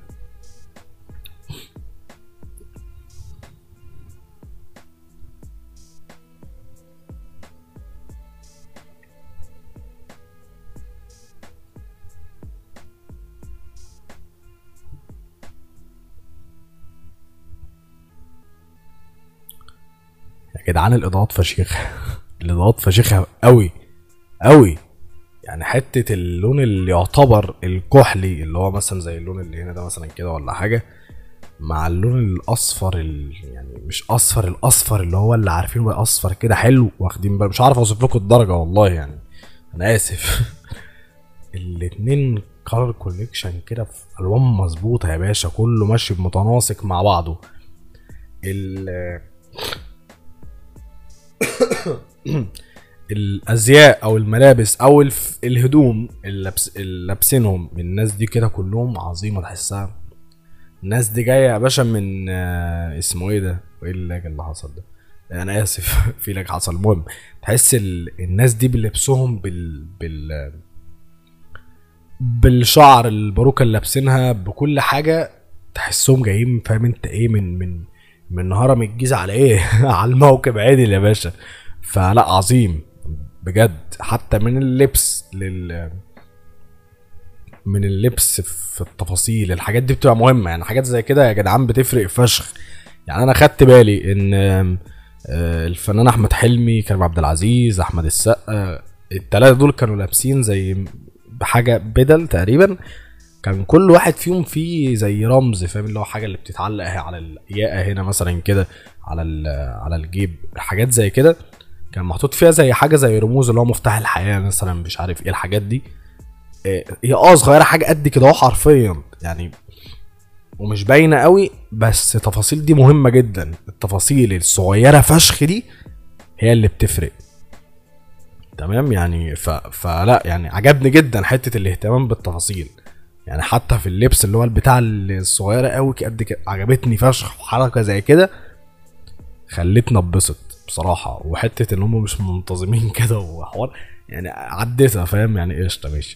يا جدعان الاضاءات فشيخه الاضاءات فشيخه قوي قوي. يعني حته اللون اللي يعتبر الكحلي اللي هو مثلا زي اللون اللي هنا ده مثلا كده ولا حاجه، مع اللون الاصفر يعني مش اصفر، الاصفر اللي هو اللي عارفين بقى اصفر كده حلو، واخدين بالك؟ مش عارف اوصف لكم الدرجه والله يعني، انا اسف. الاتنين كولر كوليكشن كده في الوان مظبوطه يا باشا، كله ماشي بمتناسق مع بعضه. ال الازياء او الملابس او الهدوم اللي لابسينهم الناس دي كده كلهم عظيمه، تحسها الناس دي جايه يا باشا من اسمه ايه ده، وايه اللي حصل ده، انا اسف. في لك حصل. المهم تحس الناس دي بلبسهم بالشعر، الباروكه اللي لابسينها، بكل حاجه تحسهم جايين، فاهم انت ايه، من هرم الجيزه على ايه على الموكب عادل يا باشا. فلا عظيم بجد، حتى من اللبس من اللبس في التفاصيل، الحاجات دي بتبقى مهمه يعني. حاجات زي كده يا جدعان بتفرق فشخ. يعني انا خدت بالي ان الفنان احمد حلمي، كريم عبد العزيز، احمد السقا، الثلاثه دول كانوا لابسين زي بحاجه بدل تقريبا، كان كل واحد فيهم فيه زي رمز، فاهم؟ اللي هو حاجه اللي بتتعلق على الياقه هنا مثلا كده، على الجيب، حاجات زي كده كان محطوط فيها زي حاجه زي رموز، اللي هو مفتاح الحياه مثلا، مش عارف ايه الحاجات دي. هي صغيره حاجه قد كده اهو حرفيا يعني، ومش باينه قوي، بس التفاصيل دي مهمه جدا. التفاصيل الصغيره فشخ دي هي اللي بتفرق، تمام يعني. فلا يعني عجبني جدا حته الاهتمام بالتفاصيل، يعني حتى في اللبس اللي هو البتاع الصغيره قوي قد كده عجبتني فشخ. حركه زي كده خلتني اتبسط بصراحه، وحته ان هم مش منتظمين كده وحوار يعني عديتها، فاهم يعني؟ قشطه ماشي.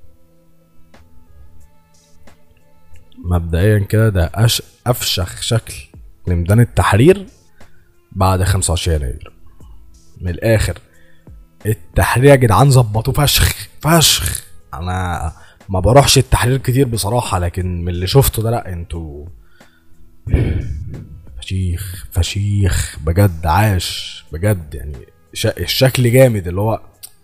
مبدئيا كده ده افشخ شكل لميدان التحرير بعد 25 يناير. من الاخر التحرير يا جدعان ظبطوه فشخ فشخ. انا ما بروحش التحرير كتير بصراحه، لكن من اللي شفته ده لا انتوا فشيخ فشيخ بجد، عاش بجد يعني. الشكل جامد، اللي هو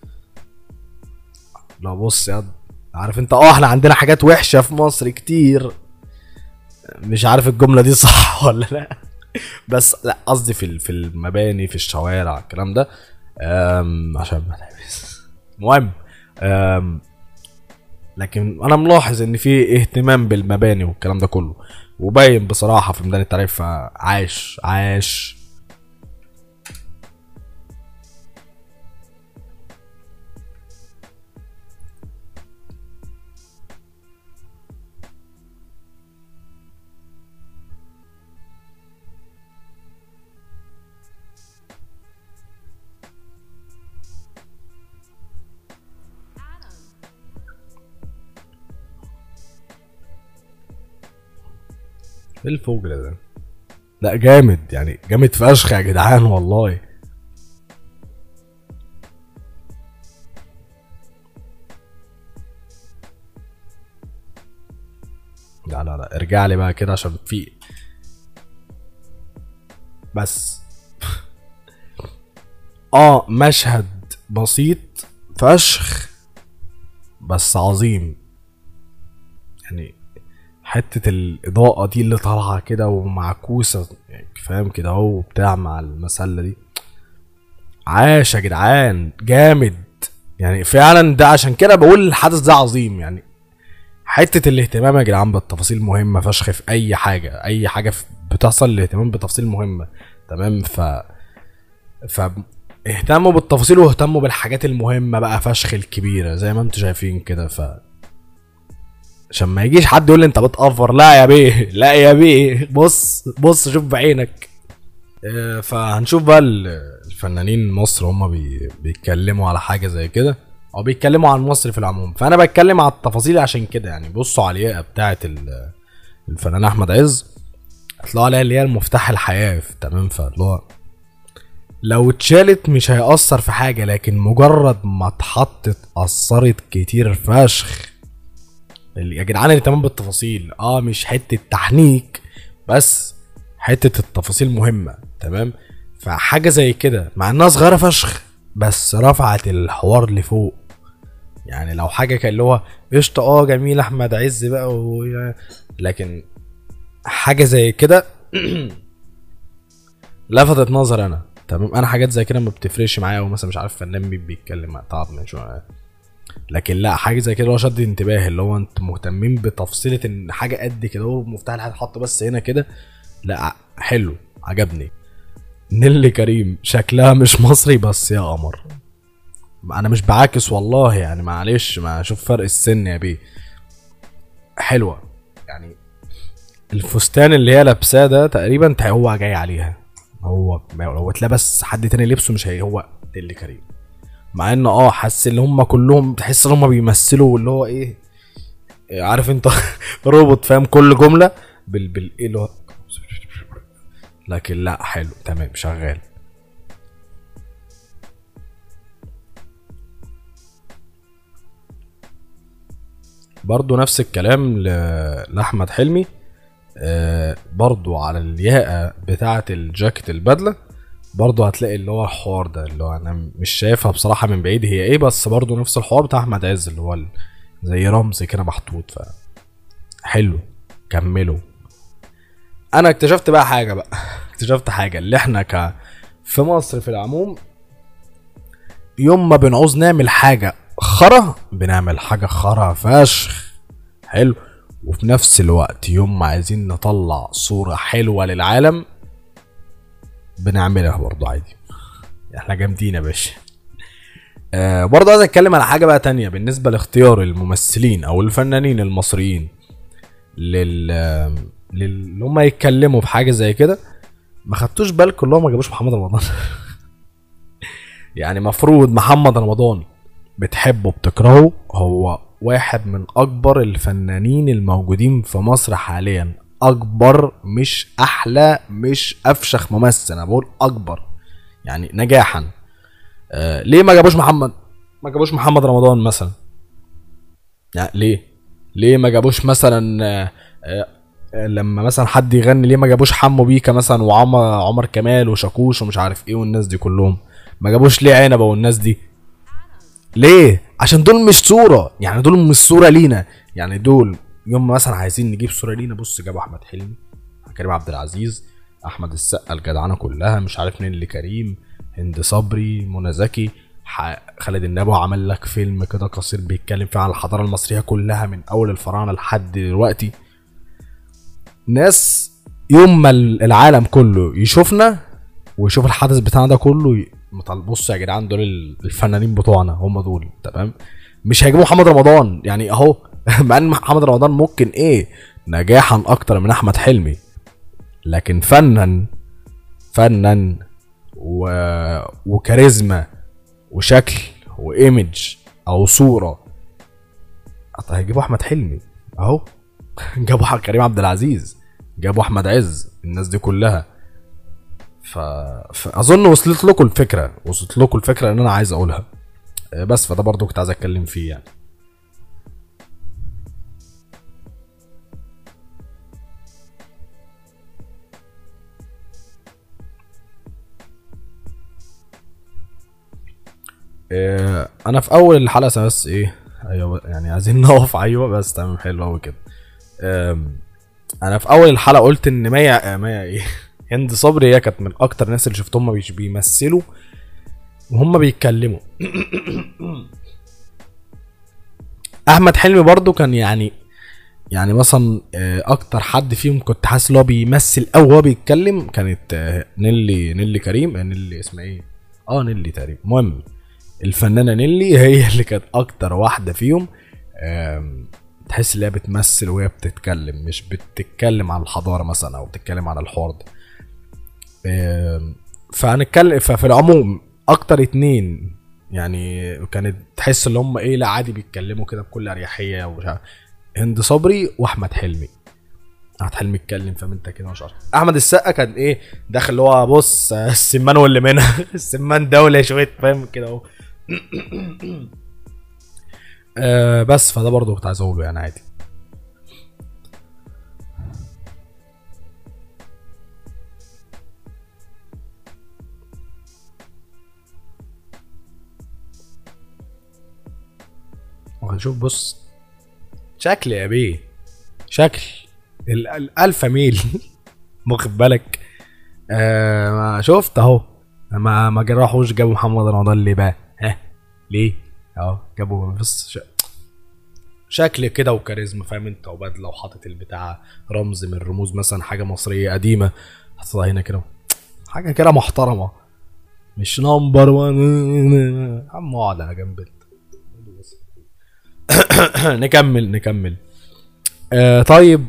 لا بص يا عارف انت، احنا عندنا حاجات وحشه في مصر كتير، مش عارف الجمله دي صح ولا لا، بس لا قصدي في المباني، في الشوارع، الكلام ده. عشان ما نحبس. المهم لكن انا ملاحظ ان في اهتمام بالمباني والكلام ده كله، وباين بصراحه في ميدان التحرير. فعاش عاش. ايه الفوق ده؟ لا جامد يعني، جامد فشخ يا جدعان والله. لا لا لا، ارجع لي بقى كده عشان في بس مشهد بسيط فشخ بس عظيم. يعني حتة الإضاءة دي اللي طالعة كده ومعكوسة، يعني فاهم كده اهو بتاع مع المسلة دي. عاش يا جدعان جامد. يعني فعلا ده عشان كده بقول الحدث ده عظيم. يعني حتة الاهتمام يا جدعان بالتفاصيل مهمة فشخ في أي حاجة، أي حاجة بتحصل الاهتمام بتفاصيل مهمة. تمام. اهتموا بالتفاصيل واهتموا بالحاجات المهمة بقى فشخ الكبيرة زي ما انتوا شايفين كده. عشان ما يجيش حد يقول لي انت بتأفر. لا يا بيه، لا يا بيه، بص بص شوف بعينك. فهنشوف بقى الفنانين مصر هما بيتكلموا على حاجة زي كده، او بيتكلموا عن مصر في العموم. فانا بتكلم على التفاصيل عشان كده. يعني بصوا على الياقة بتاعة الفنان احمد عز، هتلاقوا عليها اللي هي المفتاح الحياة. تمام. فاللي هو لو اتشالت مش هيأثر في حاجة، لكن مجرد ما اتحطت أثرت كتير فشخ. يا جدعان الاهتمام بالتفاصيل مش حتة تحنيك بس، حتة التفاصيل مهمة. تمام. فحاجة زي كده مع انها صغيرة فشخ بس رفعت الحوار لفوق. يعني لو حاجة كان اللي هو قشطة جميل احمد عز بقى لكن حاجة زي كده لفتت نظر انا. تمام. انا حاجات زي كده ما بتفرقش معايا، او مثلا مش عارف فنان مين بيتكلم طب من شو، لكن لا حاجه زي كده هو شد انتباهي. اللي هو انت مهتمين بتفصيله ان حاجه قد كده هو مفتاح الحياه اتحط بس هنا كده. لا حلو عجبني. نيللي كريم شكلها مش مصري بس يا قمر. انا مش بعاكس والله، يعني معلش ما اشوف فرق السن يا بيه. حلوه يعني. الفستان اللي هي لابساه ده تقريبا هو جاي عليها. هو لو اتلبس حد تاني لبسه مش هو نيللي كريم. مع ان حاسس ان هم كلهم تحس ان هم بيمثلوا اللي هو ايه، عارف انت روبوت فاهم كل جمله ايه اللي هو. لكن لا حلو تمام شغال. برضو نفس الكلام لاحمد حلمي. برضو على الياقه بتاعه الجاكيت البدله برضو هتلاقي اللي هو الحوار ده اللي هو انا مش شايفها بصراحه من بعيد هي ايه، بس برضو نفس الحوار بتاع احمد عز اللي هو زي رمز كده محطوط. حلو كملوا. انا اكتشفت بقى حاجه بقى اكتشفت حاجه اللي احنا في مصر في العموم يوم ما بنعوز نعمل حاجه خرا بنعمل حاجه خرا فشخ. حلو. وفي نفس الوقت يوم ما عايزين نطلع صوره حلوه للعالم بنعملها برضو عادي. احنا جامدين يا باشا. برضو عايز اتكلم على حاجه بقى تانية بالنسبه لاختيار الممثلين او الفنانين المصريين اللي هم يتكلموا في حاجه زي كده. ما خدتوش بالكم اللي هم ما جابوش محمد رمضان؟ يعني مفروض محمد رمضان بتحبه بتكرهه، هو واحد من اكبر الفنانين الموجودين في مصر حاليا. اكبر مش احلى مش افشخ ممثل، انا بقول اكبر يعني نجاحا. ليه ما جابوش محمد رمضان مثلا؟ يعني ليه ما جابوش مثلا لما مثلا حد يغني ليه ما جابوش حمو بيكا مثلا وعمر كمال وشاكوش ومش عارف ايه والناس دي كلهم؟ ما جابوش ليه عنبه والناس دي؟ ليه؟ عشان دول مش صوره، يعني دول مش صوره لينا. يعني دول يوم مثلا عايزين نجيب صوره لينا بص جابوا احمد حلمي، كريم عبد العزيز، احمد السقا الجدعنه كلها، مش عارف نيللي كريم، هند صبري، منى زكي، خالد النبوي عمل لك فيلم كده قصير بيتكلم فيه عن الحضاره المصريه كلها من اول الفراعنه لحد دلوقتي. ناس يوم ما العالم كله يشوفنا ويشوف الحدث بتاعنا ده كله بصوا يا جدعان دول الفنانين بتوعنا هم دول، تمام. مش هيجيبوا محمد رمضان يعني اهو مع ان محمد رمضان ممكن ايه نجاحا اكتر من احمد حلمي، لكن فنن وكاريزما وشكل وايمج او صوره هيجيبوا احمد حلمي اهو جابوا كريم عبد العزيز، جابوا احمد عز، الناس دي كلها. فاظن وصلت لكم الفكره اللي انا عايز اقولها. بس فده برضو كنت عايز اتكلم فيه يعني. انا في اول الحلقه بس ايه، ايوه يعني عايزين نقف، ايوه بس تمام حلو قوي كده. انا في اول الحلقه قلت ان مية ايه هند صبري هي كانت من اكتر الناس اللي شفتهم مش بيمثلوا وهم بيتكلموا. احمد حلمي برضو كان يعني مثلا اكتر حد فيهم كنت حاسس ان هو بيمثل او هو بيتكلم كانت نيللي كريم، نيللي اسمها ايه، نيللي تقريبا. المهم الفنانه نيللي هي اللي كانت اكتر واحده فيهم تحس ان هي بتمثل وهي بتتكلم، مش بتتكلم عن الحضاره مثلا او بتتكلم عن الحوار ده. فهنتكلم ففي العموم اكتر اتنين يعني كانت تحس ان هم ايه لا عادي بيتكلموا كده بكل اريحيه ومش عارف، هند صبري واحمد حلمي. احمد حلمي اتكلم فاهم انت كده مش عارف. احمد السقا كان ايه داخل اللي هو بص السمان واللي منها السمان دوله شويه فاهم كده اهو. بس فده برضه كنت عايز اقوله يعني عادي. وهنشوف بص شكل يا بيه، شكل الالفا ميل واخد بالك. ما شفت اهو ما جرحوش جابوا محمد رمضان ليه بقى؟ ليه اهو جابوا بص شكل كده وكاريزما فاهم انت وبدله وحاطط البتاع رمز من رموز مثلا حاجه مصريه قديمه حطها هنا كده حاجه كده محترمه مش نمبر 1. عم اقعد على جنب نكمل. طيب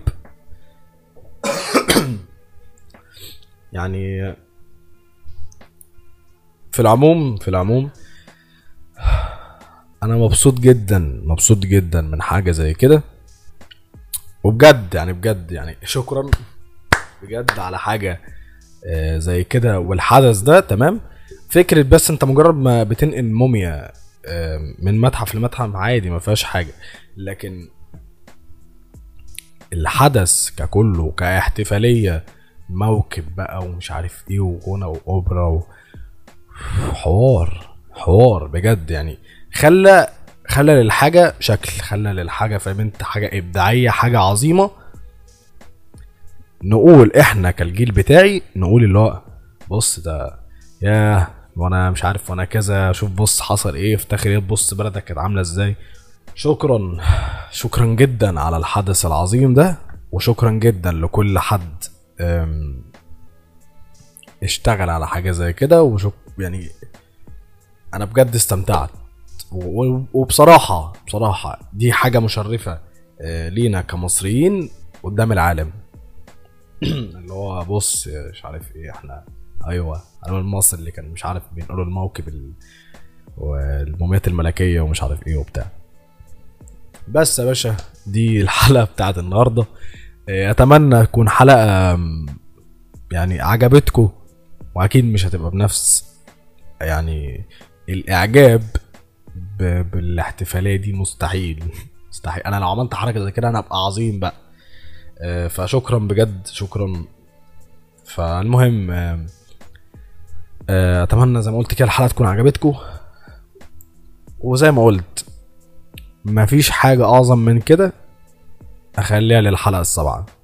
يعني في العموم انا مبسوط جدا من حاجه زي كده، وبجد يعني شكرا بجد على حاجه زي كده والحدث ده تمام. فكره بس انت مجرد ما بتنقل موميا من متحف لمتحف عادي ما فيهاش حاجه، لكن الحدث ككله كاحتفاليه موكب بقى ومش عارف ايه وغنى واوبرا حوار بجد يعني خلى للحاجه شكل، خلى للحاجه فاهم انت حاجه ابداعيه حاجه عظيمه. نقول احنا كالجيل بتاعي نقول اللي هو بص ده ياه وانا مش عارف وانا كذا شوف بص حصل ايه افتخر ايه بص بلدك كانت عامله ازاي. شكرا جدا على الحدث العظيم ده، وشكرا جدا لكل حد اشتغل على حاجه زي كده يعني انا بجد استمتعت وبصراحه دي حاجه مشرفه لينا كمصريين قدام العالم. اللي هو بص مش عارف ايه احنا ايوه انا المصري اللي كان مش عارف بينقلوا الموكب والموميات الملكيه ومش عارف ايه وبتاع. بس يا باشا دي الحلقه بتاعت النهارده. اتمنى تكون حلقه يعني عجبتكم، واكيد مش هتبقى بنفس يعني الاعجاب بالاحتفاليه دي مستحيل انا لو عملت حركه زي كده انا ابقى عظيم بقى. فشكرا بجد شكرا. فالمهم اتمنى زي ما قلت كده الحلقه تكون عجبتكم، وزي ما قلت مفيش حاجه اعظم من كده اخليها للحلقه السابعه.